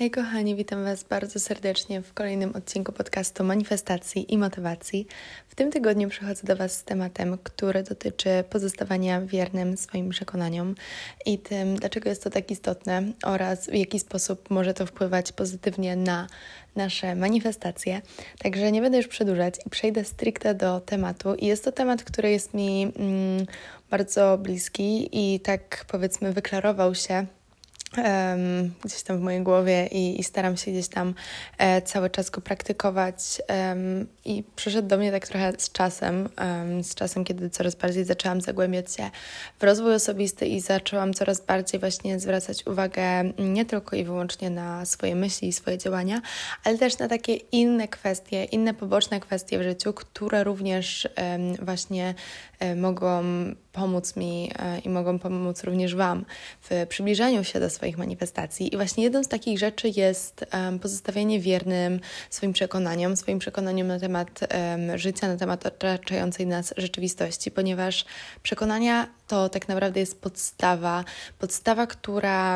Hej kochani, witam Was bardzo serdecznie w kolejnym odcinku podcastu Manifestacji i Motywacji. W tym tygodniu przychodzę do Was z tematem, który dotyczy pozostawania wiernym swoim przekonaniom i tym, dlaczego jest to tak istotne oraz w jaki sposób może to wpływać pozytywnie na nasze manifestacje. Także nie będę już przedłużać i przejdę stricte do tematu. I jest to temat, który jest mi bardzo bliski i tak powiedzmy wyklarował się gdzieś tam w mojej głowie i staram się gdzieś tam cały czas go praktykować i przyszedł do mnie tak trochę z czasem, kiedy coraz bardziej zaczęłam zagłębiać się w rozwój osobisty i zaczęłam coraz bardziej właśnie zwracać uwagę nie tylko i wyłącznie na swoje myśli i swoje działania, ale też na takie inne kwestie, inne poboczne kwestie w życiu, które również właśnie mogą pomóc mi i mogą pomóc również Wam w przybliżeniu się do swoich manifestacji. I właśnie jedną z takich rzeczy jest pozostawienie wiernym swoim przekonaniom na temat życia, na temat otaczającej nas rzeczywistości, ponieważ przekonania to tak naprawdę jest podstawa, która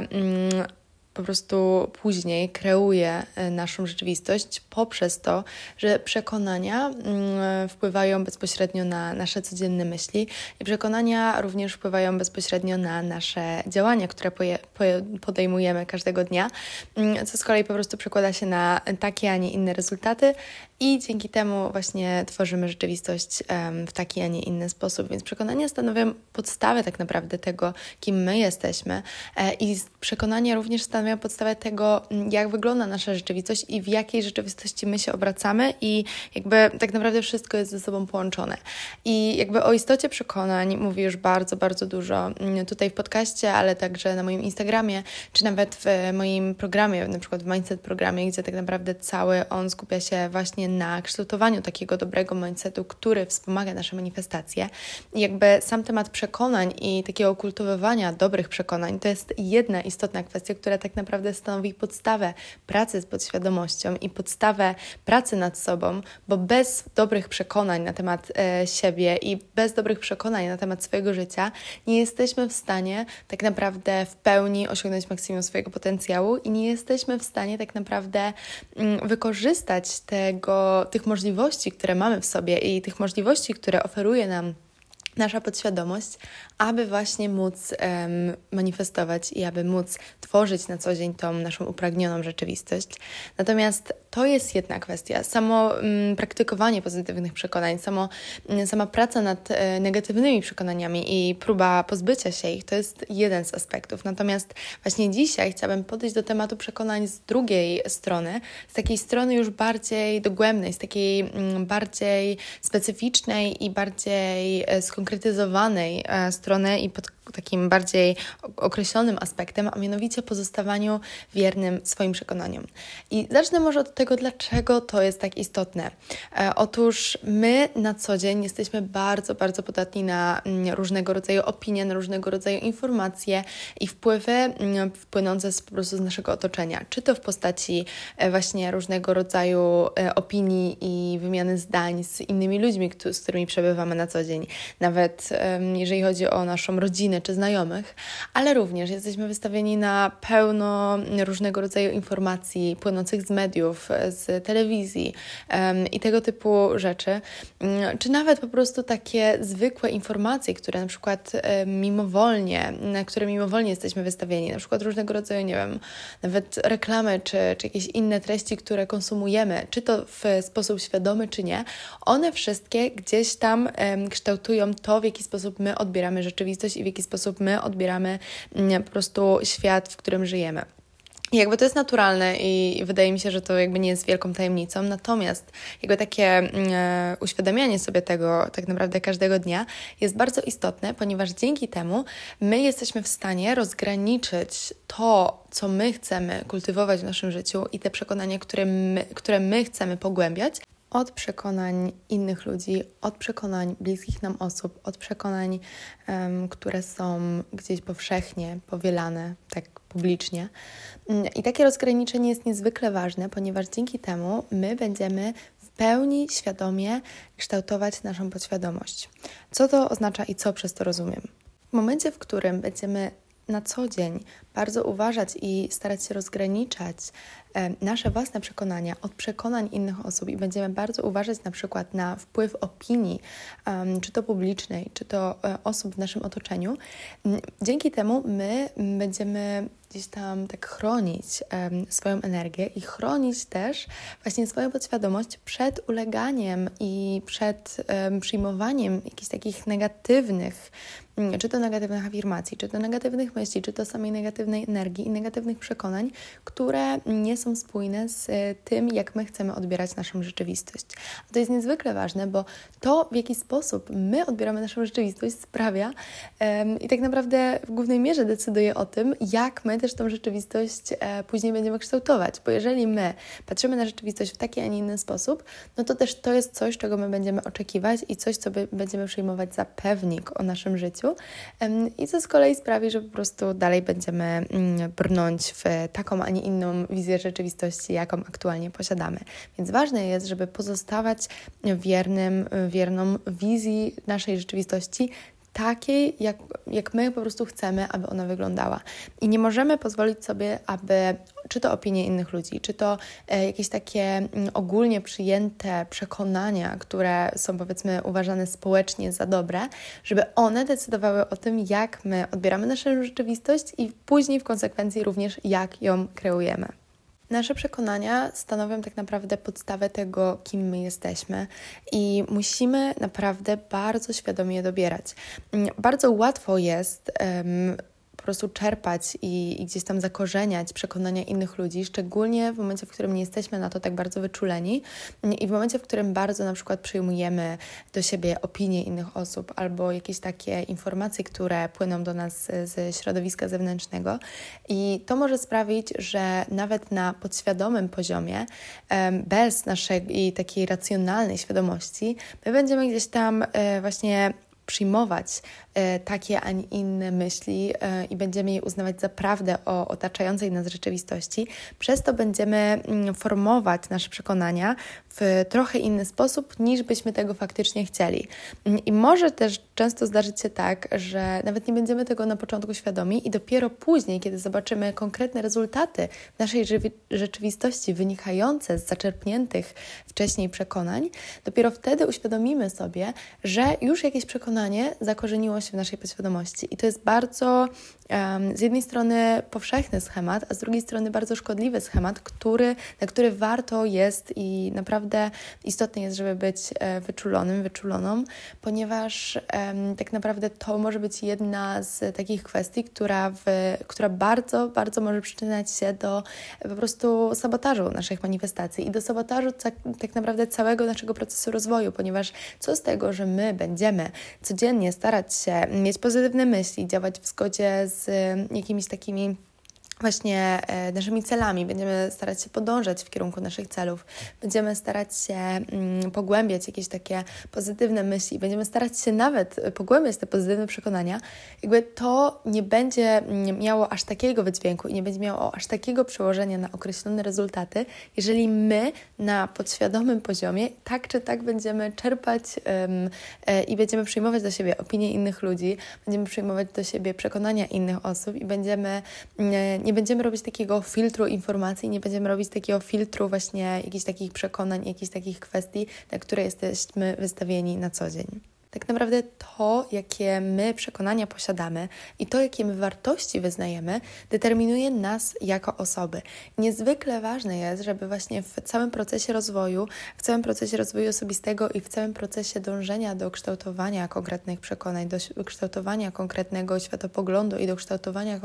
po prostu później kreuje naszą rzeczywistość poprzez to, że przekonania wpływają bezpośrednio na nasze codzienne myśli i przekonania również wpływają bezpośrednio na nasze działania, które podejmujemy każdego dnia, co z kolei po prostu przekłada się na takie, a nie inne rezultaty i dzięki temu właśnie tworzymy rzeczywistość w taki, a nie inny sposób. Więc przekonania stanowią podstawę tak naprawdę tego, kim my jesteśmy i przekonania również stanowią podstawę tego, jak wygląda nasza rzeczywistość i w jakiej rzeczywistości my się obracamy i jakby tak naprawdę wszystko jest ze sobą połączone. I jakby o istocie przekonań mówię już bardzo, bardzo dużo tutaj w podcaście, ale także na moim Instagramie, czy nawet w moim programie, na przykład w Mindset programie, gdzie tak naprawdę cały on skupia się właśnie na kształtowaniu takiego dobrego mindsetu, który wspomaga nasze manifestacje. I jakby sam temat przekonań i takiego kultywowania dobrych przekonań to jest jedna istotna kwestia, która tak naprawdę stanowi podstawę pracy z podświadomością i podstawę pracy nad sobą, bo bez dobrych przekonań na temat siebie i bez dobrych przekonań na temat swojego życia nie jesteśmy w stanie tak naprawdę w pełni osiągnąć maksimum swojego potencjału i nie jesteśmy w stanie tak naprawdę wykorzystać tych możliwości, które mamy w sobie i tych możliwości, które oferuje nam nasza podświadomość, aby właśnie móc manifestować i aby móc tworzyć na co dzień tą naszą upragnioną rzeczywistość. Natomiast to jest jedna kwestia. Samo praktykowanie pozytywnych przekonań, sama praca nad negatywnymi przekonaniami i próba pozbycia się ich, to jest jeden z aspektów. Natomiast właśnie dzisiaj chciałabym podejść do tematu przekonań z drugiej strony, z takiej strony już bardziej dogłębnej, z takiej bardziej specyficznej i bardziej skonkretyzowanej strony i pod takim bardziej określonym aspektem, a mianowicie pozostawaniu wiernym swoim przekonaniom. I zacznę może od tego, dlaczego to jest tak istotne. Otóż my na co dzień jesteśmy bardzo, bardzo podatni na różnego rodzaju opinie, na różnego rodzaju informacje i wpływy płynące po prostu z naszego otoczenia. Czy to w postaci właśnie różnego rodzaju opinii i wymiany zdań z innymi ludźmi, z którymi przebywamy na co dzień. Nawet jeżeli chodzi o naszą rodzinę czy znajomych, ale również jesteśmy wystawieni na pełno różnego rodzaju informacji płynących z mediów, z telewizji i tego typu rzeczy, czy nawet po prostu takie zwykłe informacje, które na przykład na które mimowolnie jesteśmy wystawieni, na przykład różnego rodzaju, nie wiem, nawet reklamy, czy jakieś inne treści, które konsumujemy, czy to w sposób świadomy, czy nie, one wszystkie gdzieś tam kształtują to, w jaki sposób my odbieramy rzeczywistość i w jaki sposób my odbieramy po prostu świat, w którym żyjemy. I jakby to jest naturalne i wydaje mi się, że to jakby nie jest wielką tajemnicą, natomiast jakby takie uświadamianie sobie tego tak naprawdę każdego dnia jest bardzo istotne, ponieważ dzięki temu my jesteśmy w stanie rozgraniczyć to, co my chcemy kultywować w naszym życiu i te przekonania, które my chcemy pogłębiać, od przekonań innych ludzi, od przekonań bliskich nam osób, od przekonań, które są gdzieś powszechnie powielane, tak publicznie. I takie rozgraniczenie jest niezwykle ważne, ponieważ dzięki temu my będziemy w pełni świadomie kształtować naszą podświadomość. Co to oznacza i co przez to rozumiem? W momencie, w którym będziemy na co dzień bardzo uważać i starać się rozgraniczać nasze własne przekonania od przekonań innych osób i będziemy bardzo uważać na przykład na wpływ opinii, czy to publicznej, czy to osób w naszym otoczeniu, dzięki temu my będziemy gdzieś tam tak chronić swoją energię i chronić też właśnie swoją podświadomość przed uleganiem i przed przyjmowaniem jakichś takich negatywnych, czy to negatywnych afirmacji, czy to negatywnych myśli, czy to samej negatywnej energii i negatywnych przekonań, które nie są spójne z tym, jak my chcemy odbierać naszą rzeczywistość. A to jest niezwykle ważne, bo to, w jaki sposób my odbieramy naszą rzeczywistość, sprawia i tak naprawdę w głównej mierze decyduje o tym, jak my też tą rzeczywistość później będziemy kształtować. Bo jeżeli my patrzymy na rzeczywistość w taki, a nie inny sposób, no to też to jest coś, czego my będziemy oczekiwać i coś, co będziemy przyjmować za pewnik o naszym życiu. I co z kolei sprawi, że po prostu dalej będziemy brnąć w taką, a nie inną wizję rzeczywistości, jaką aktualnie posiadamy. Więc ważne jest, żeby pozostawać wierną wizji naszej rzeczywistości, takiej, jak my po prostu chcemy, aby ona wyglądała. I nie możemy pozwolić sobie, aby czy to opinie innych ludzi, czy to jakieś takie ogólnie przyjęte przekonania, które są powiedzmy uważane społecznie za dobre, żeby one decydowały o tym, jak my odbieramy naszą rzeczywistość i później w konsekwencji również jak ją kreujemy. Nasze przekonania stanowią tak naprawdę podstawę tego, kim my jesteśmy i musimy naprawdę bardzo świadomie je dobierać. Bardzo łatwo jest po prostu czerpać i gdzieś tam zakorzeniać przekonania innych ludzi, szczególnie w momencie, w którym nie jesteśmy na to tak bardzo wyczuleni i w momencie, w którym bardzo na przykład przyjmujemy do siebie opinie innych osób albo jakieś takie informacje, które płyną do nas ze środowiska zewnętrznego i to może sprawić, że nawet na podświadomym poziomie, bez naszej takiej racjonalnej świadomości, my będziemy gdzieś tam właśnie przyjmować takie, a nie inne myśli i będziemy je uznawać za prawdę o otaczającej nas rzeczywistości. Przez to będziemy formować nasze przekonania w trochę inny sposób, niż byśmy tego faktycznie chcieli. I może też często zdarzyć się tak, że nawet nie będziemy tego na początku świadomi i dopiero później, kiedy zobaczymy konkretne rezultaty naszej rzeczywistości wynikające z zaczerpniętych wcześniej przekonań, dopiero wtedy uświadomimy sobie, że już jakieś przekonanie zakorzeniło się w naszej podświadomości. I to jest bardzo z jednej strony powszechny schemat, a z drugiej strony bardzo szkodliwy schemat, na który warto jest i naprawdę istotne jest, żeby być wyczuloną, ponieważ tak naprawdę to może być jedna z takich kwestii, która bardzo, bardzo może przyczyniać się do po prostu sabotażu naszych manifestacji i do sabotażu tak naprawdę całego naszego procesu rozwoju, ponieważ co z tego, że my będziemy codziennie starać się mieć pozytywne myśli, działać w zgodzie z jakimiś takimi właśnie naszymi celami, będziemy starać się podążać w kierunku naszych celów, będziemy starać się pogłębiać jakieś takie pozytywne myśli, będziemy starać się nawet pogłębiać te pozytywne przekonania, jakby to nie będzie miało aż takiego wydźwięku i nie będzie miało aż takiego przełożenia na określone rezultaty, jeżeli my na podświadomym poziomie tak czy tak będziemy czerpać i będziemy przyjmować do siebie opinie innych ludzi, będziemy przyjmować do siebie przekonania innych osób i nie będziemy robić takiego filtru informacji, nie będziemy robić takiego filtru właśnie jakichś takich przekonań, jakichś takich kwestii, na które jesteśmy wystawieni na co dzień. Tak naprawdę to, jakie my przekonania posiadamy i to, jakie my wartości wyznajemy, determinuje nas jako osoby. Niezwykle ważne jest, żeby właśnie w całym procesie rozwoju osobistego i w całym procesie dążenia do kształtowania konkretnych przekonań, do kształtowania konkretnego światopoglądu i do kształtowania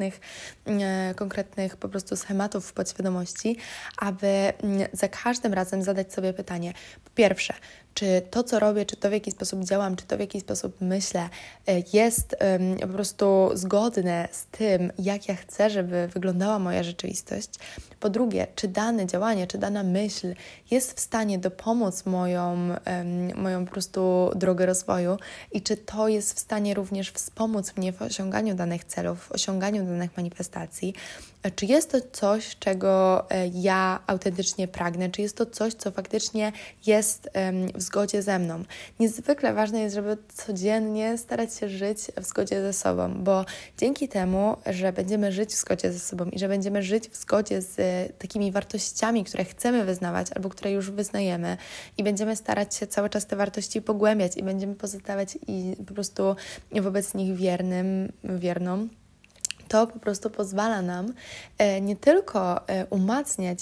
konkretnych po prostu schematów w podświadomości, aby za każdym razem zadać sobie pytanie, po pierwsze, czy to, co robię, czy to, w jaki sposób działam, czy to, w jaki sposób myślę, jest po prostu zgodne z tym, jak ja chcę, żeby wyglądała moja rzeczywistość. Po drugie, czy dane działanie, czy dana myśl jest w stanie dopomóc moją po prostu drogę rozwoju i czy to jest w stanie również wspomóc mnie w osiąganiu danych celów, w osiąganiu danych manifestacji. czy jest to coś, czego ja autentycznie pragnę, czy jest to coś, co faktycznie jest w zgodzie ze mną. Niezwykle ważne jest, żeby codziennie starać się żyć w zgodzie ze sobą, bo dzięki temu, że będziemy żyć w zgodzie ze sobą i że będziemy żyć w zgodzie z takimi wartościami, które chcemy wyznawać albo które już wyznajemy i będziemy starać się cały czas te wartości pogłębiać i będziemy pozostawać i po prostu wobec nich wierną, to po prostu pozwala nam nie tylko umacniać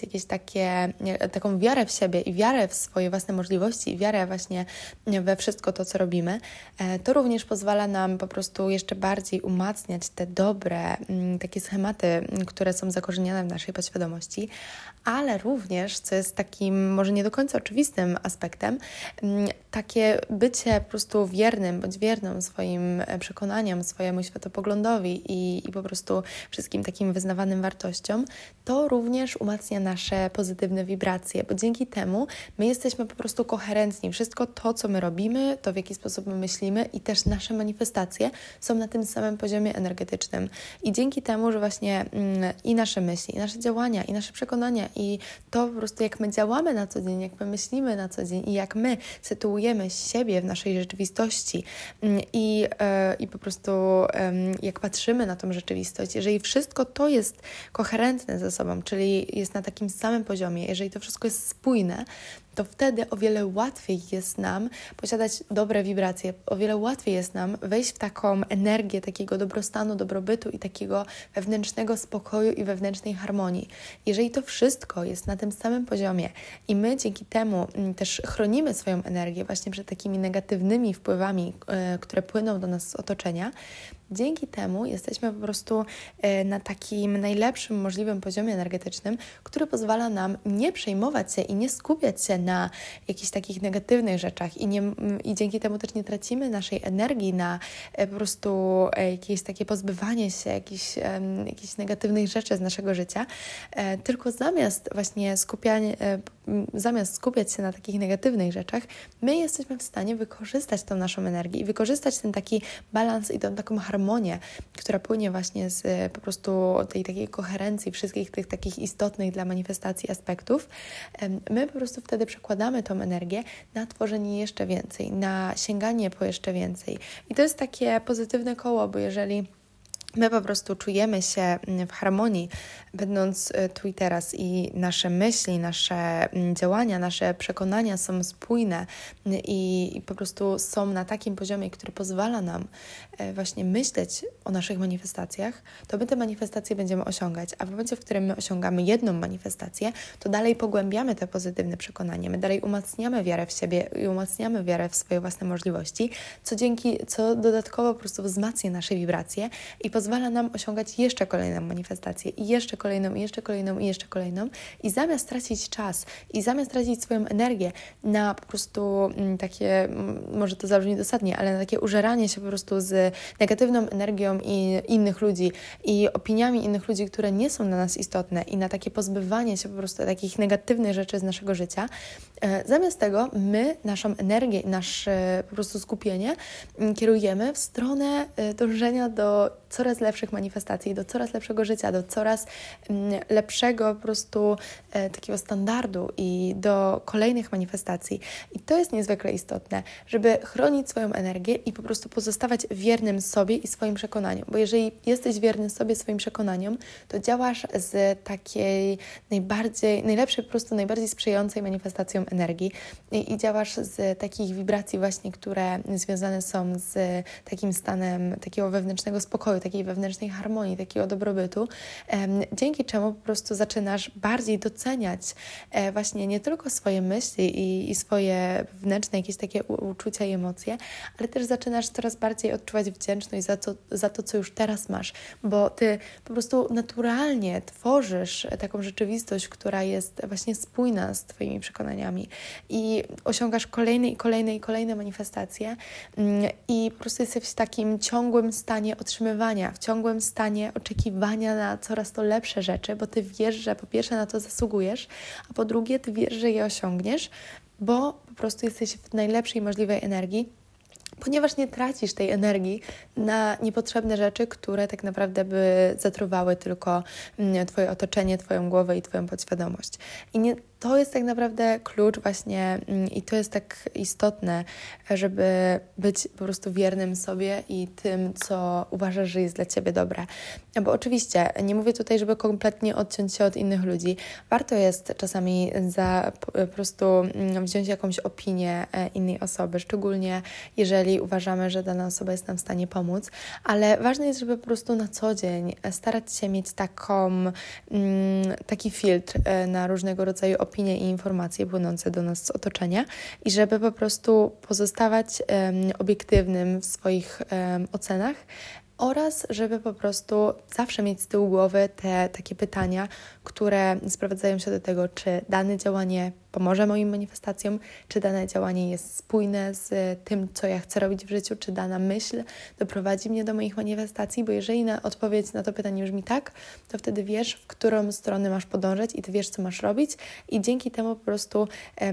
taką wiarę w siebie i wiarę w swoje własne możliwości i wiarę właśnie we wszystko to, co robimy, to również pozwala nam po prostu jeszcze bardziej umacniać te dobre takie schematy, które są zakorzenione w naszej podświadomości, ale również, co jest takim może nie do końca oczywistym aspektem, takie bycie po prostu wiernym bądź wierną swoim przekonaniom, swojemu światopoglądowi i po prostu wszystkim takim wyznawanym wartościom, to również umacnia nasze pozytywne wibracje, bo dzięki temu my jesteśmy po prostu koherentni. Wszystko to, co my robimy, to w jaki sposób my myślimy i też nasze manifestacje są na tym samym poziomie energetycznym. I dzięki temu, że właśnie i nasze myśli, i nasze działania, i nasze przekonania, i to po prostu jak my działamy na co dzień, jak my myślimy na co dzień i jak my sytuujemy siebie w naszej rzeczywistości i po prostu jak patrzymy na tą rzeczywistość, jeżeli wszystko to jest koherentne ze sobą, czyli jest na takim samym poziomie, jeżeli to wszystko jest spójne, to wtedy o wiele łatwiej jest nam posiadać dobre wibracje, o wiele łatwiej jest nam wejść w taką energię takiego dobrostanu, dobrobytu i takiego wewnętrznego spokoju i wewnętrznej harmonii. Jeżeli to wszystko jest na tym samym poziomie i my dzięki temu też chronimy swoją energię właśnie przed takimi negatywnymi wpływami, które płyną do nas z otoczenia, dzięki temu jesteśmy po prostu na takim najlepszym możliwym poziomie energetycznym, który pozwala nam nie przejmować się i nie skupiać się na jakichś takich negatywnych rzeczach i dzięki temu też nie tracimy naszej energii na po prostu jakieś takie pozbywanie się jakichś negatywnych rzeczy z naszego życia, tylko zamiast skupiać się na takich negatywnych rzeczach, my jesteśmy w stanie wykorzystać tą naszą energię i wykorzystać ten taki balans i tą taką harmonię, która płynie właśnie z po prostu tej takiej koherencji wszystkich tych takich istotnych dla manifestacji aspektów. My po prostu wtedy przekładamy tą energię na tworzenie jeszcze więcej, na sięganie po jeszcze więcej. I to jest takie pozytywne koło, bo jeżeli my po prostu czujemy się w harmonii, będąc tu i teraz i nasze myśli, nasze działania, nasze przekonania są spójne i po prostu są na takim poziomie, który pozwala nam właśnie myśleć o naszych manifestacjach, to my te manifestacje będziemy osiągać, a w momencie, w którym my osiągamy jedną manifestację, to dalej pogłębiamy te pozytywne przekonania, my dalej umacniamy wiarę w siebie i umacniamy wiarę w swoje własne możliwości, co dodatkowo po prostu wzmacnia nasze wibracje i pozwala nam osiągać jeszcze kolejną manifestację i jeszcze kolejną, i jeszcze kolejną, i jeszcze kolejną. I zamiast tracić czas i zamiast tracić swoją energię na po prostu takie, może to zabrzmi dosadnie, ale na takie użeranie się po prostu z negatywną energią i innych ludzi i opiniami innych ludzi, które nie są dla nas istotne i na takie pozbywanie się po prostu takich negatywnych rzeczy z naszego życia, zamiast tego my naszą energię i nasze po prostu skupienie kierujemy w stronę dążenia do coraz lepszych manifestacji, do coraz lepszego życia, do coraz lepszego po prostu takiego standardu i do kolejnych manifestacji. I to jest niezwykle istotne, żeby chronić swoją energię i po prostu pozostawać wiernym sobie i swoim przekonaniom. Bo jeżeli jesteś wierny sobie, swoim przekonaniom, to działasz z takiej najlepszej, po prostu najbardziej sprzyjającej manifestacją energii i działasz z takich wibracji właśnie, które związane są z takim stanem takiego wewnętrznego spokoju, takiej wewnętrznej harmonii, takiego dobrobytu, dzięki czemu po prostu zaczynasz bardziej doceniać właśnie nie tylko swoje myśli i swoje wewnętrzne jakieś takie uczucia i emocje, ale też zaczynasz coraz bardziej odczuwać wdzięczność za to, co już teraz masz, bo ty po prostu naturalnie tworzysz taką rzeczywistość, która jest właśnie spójna z twoimi przekonaniami i osiągasz kolejne manifestacje i po prostu jesteś w takim ciągłym stanie otrzymywania, w ciągłym stanie oczekiwania na coraz to lepsze rzeczy, bo ty wiesz, że po pierwsze na to zasługujesz, a po drugie ty wiesz, że je osiągniesz, bo po prostu jesteś w najlepszej możliwej energii ponieważ nie tracisz tej energii na niepotrzebne rzeczy, które tak naprawdę by zatruwały tylko Twoje otoczenie, Twoją głowę i Twoją podświadomość. To jest tak naprawdę klucz właśnie i to jest tak istotne, żeby być po prostu wiernym sobie i tym, co uważasz, że jest dla Ciebie dobre. Bo oczywiście nie mówię tutaj, żeby kompletnie odciąć się od innych ludzi. Warto jest czasami po prostu wziąć jakąś opinię innej osoby, szczególnie jeżeli uważamy, że dana osoba jest nam w stanie pomóc, ale ważne jest, żeby po prostu na co dzień starać się mieć taki filtr na różnego rodzaju opinie i informacje płynące do nas z otoczenia i żeby po prostu pozostawać obiektywnym w swoich ocenach oraz żeby po prostu zawsze mieć z tyłu głowy te takie pytania, które sprowadzają się do tego, czy dane działanie pomoże moim manifestacjom, czy dane działanie jest spójne z tym, co ja chcę robić w życiu, czy dana myśl doprowadzi mnie do moich manifestacji, bo jeżeli odpowiedź na to pytanie brzmi tak, to wtedy wiesz, w którą stronę masz podążać i ty wiesz, co masz robić i dzięki temu po prostu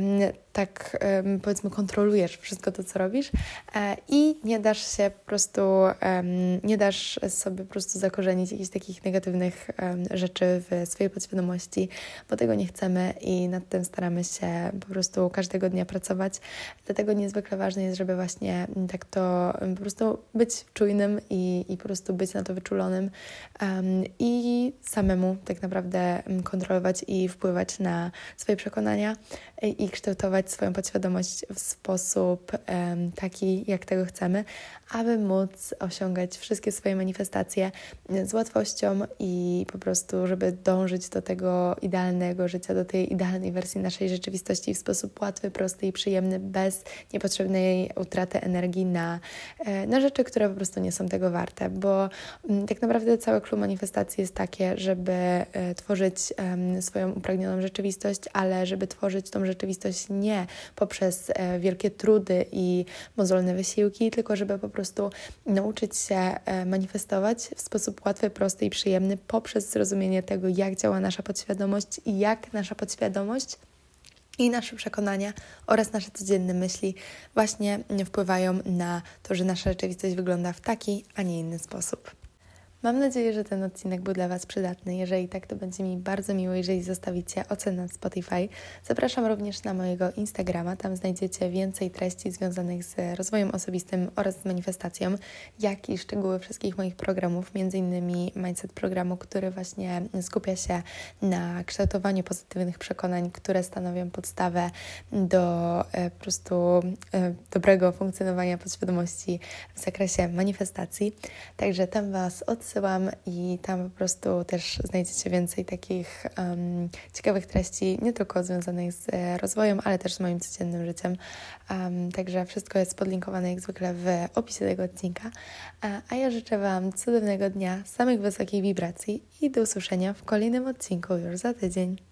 powiedzmy kontrolujesz wszystko to, co robisz i nie dasz się po prostu, nie dasz sobie po prostu zakorzenić jakichś takich negatywnych rzeczy w swojej podświadomości, bo tego nie chcemy i nad tym staramy się po prostu każdego dnia pracować. Dlatego niezwykle ważne jest, żeby właśnie tak to po prostu być czujnym i po prostu być na to wyczulonym i samemu tak naprawdę kontrolować i wpływać na swoje przekonania i kształtować swoją podświadomość w sposób taki, jak tego chcemy, aby móc osiągać wszystkie swoje manifestacje z łatwością i po prostu, żeby dążyć do tego idealnego życia, do tej idealnej wersji naszej rzeczywistości w sposób łatwy, prosty i przyjemny, bez niepotrzebnej utraty energii na rzeczy, które po prostu nie są tego warte, bo tak naprawdę cały klucz manifestacji jest takie, żeby tworzyć swoją upragnioną rzeczywistość, ale żeby tworzyć tą rzeczywistość nie poprzez wielkie trudy i mozolne wysiłki, tylko żeby po prostu nauczyć się manifestować w sposób łatwy, prosty i przyjemny poprzez zrozumienie tego, jak działa nasza podświadomość i jak nasza podświadomość i nasze przekonania oraz nasze codzienne myśli właśnie wpływają na to, że nasza rzeczywistość wygląda w taki, a nie inny sposób. Mam nadzieję, że ten odcinek był dla Was przydatny. Jeżeli tak, to będzie mi bardzo miło, jeżeli zostawicie ocenę na Spotify. Zapraszam również na mojego Instagrama. Tam znajdziecie więcej treści związanych z rozwojem osobistym oraz z manifestacją, jak i szczegóły wszystkich moich programów, m.in. Mindset programu, który właśnie skupia się na kształtowaniu pozytywnych przekonań, które stanowią podstawę do po prostu dobrego funkcjonowania podświadomości w zakresie manifestacji. Także tam Was odsyłam i tam po prostu też znajdziecie więcej takich ciekawych treści, nie tylko związanych z rozwojem, ale też z moim codziennym życiem. Także wszystko jest podlinkowane jak zwykle w opisie tego odcinka. A ja życzę Wam cudownego dnia, samych wysokich wibracji i do usłyszenia w kolejnym odcinku już za tydzień.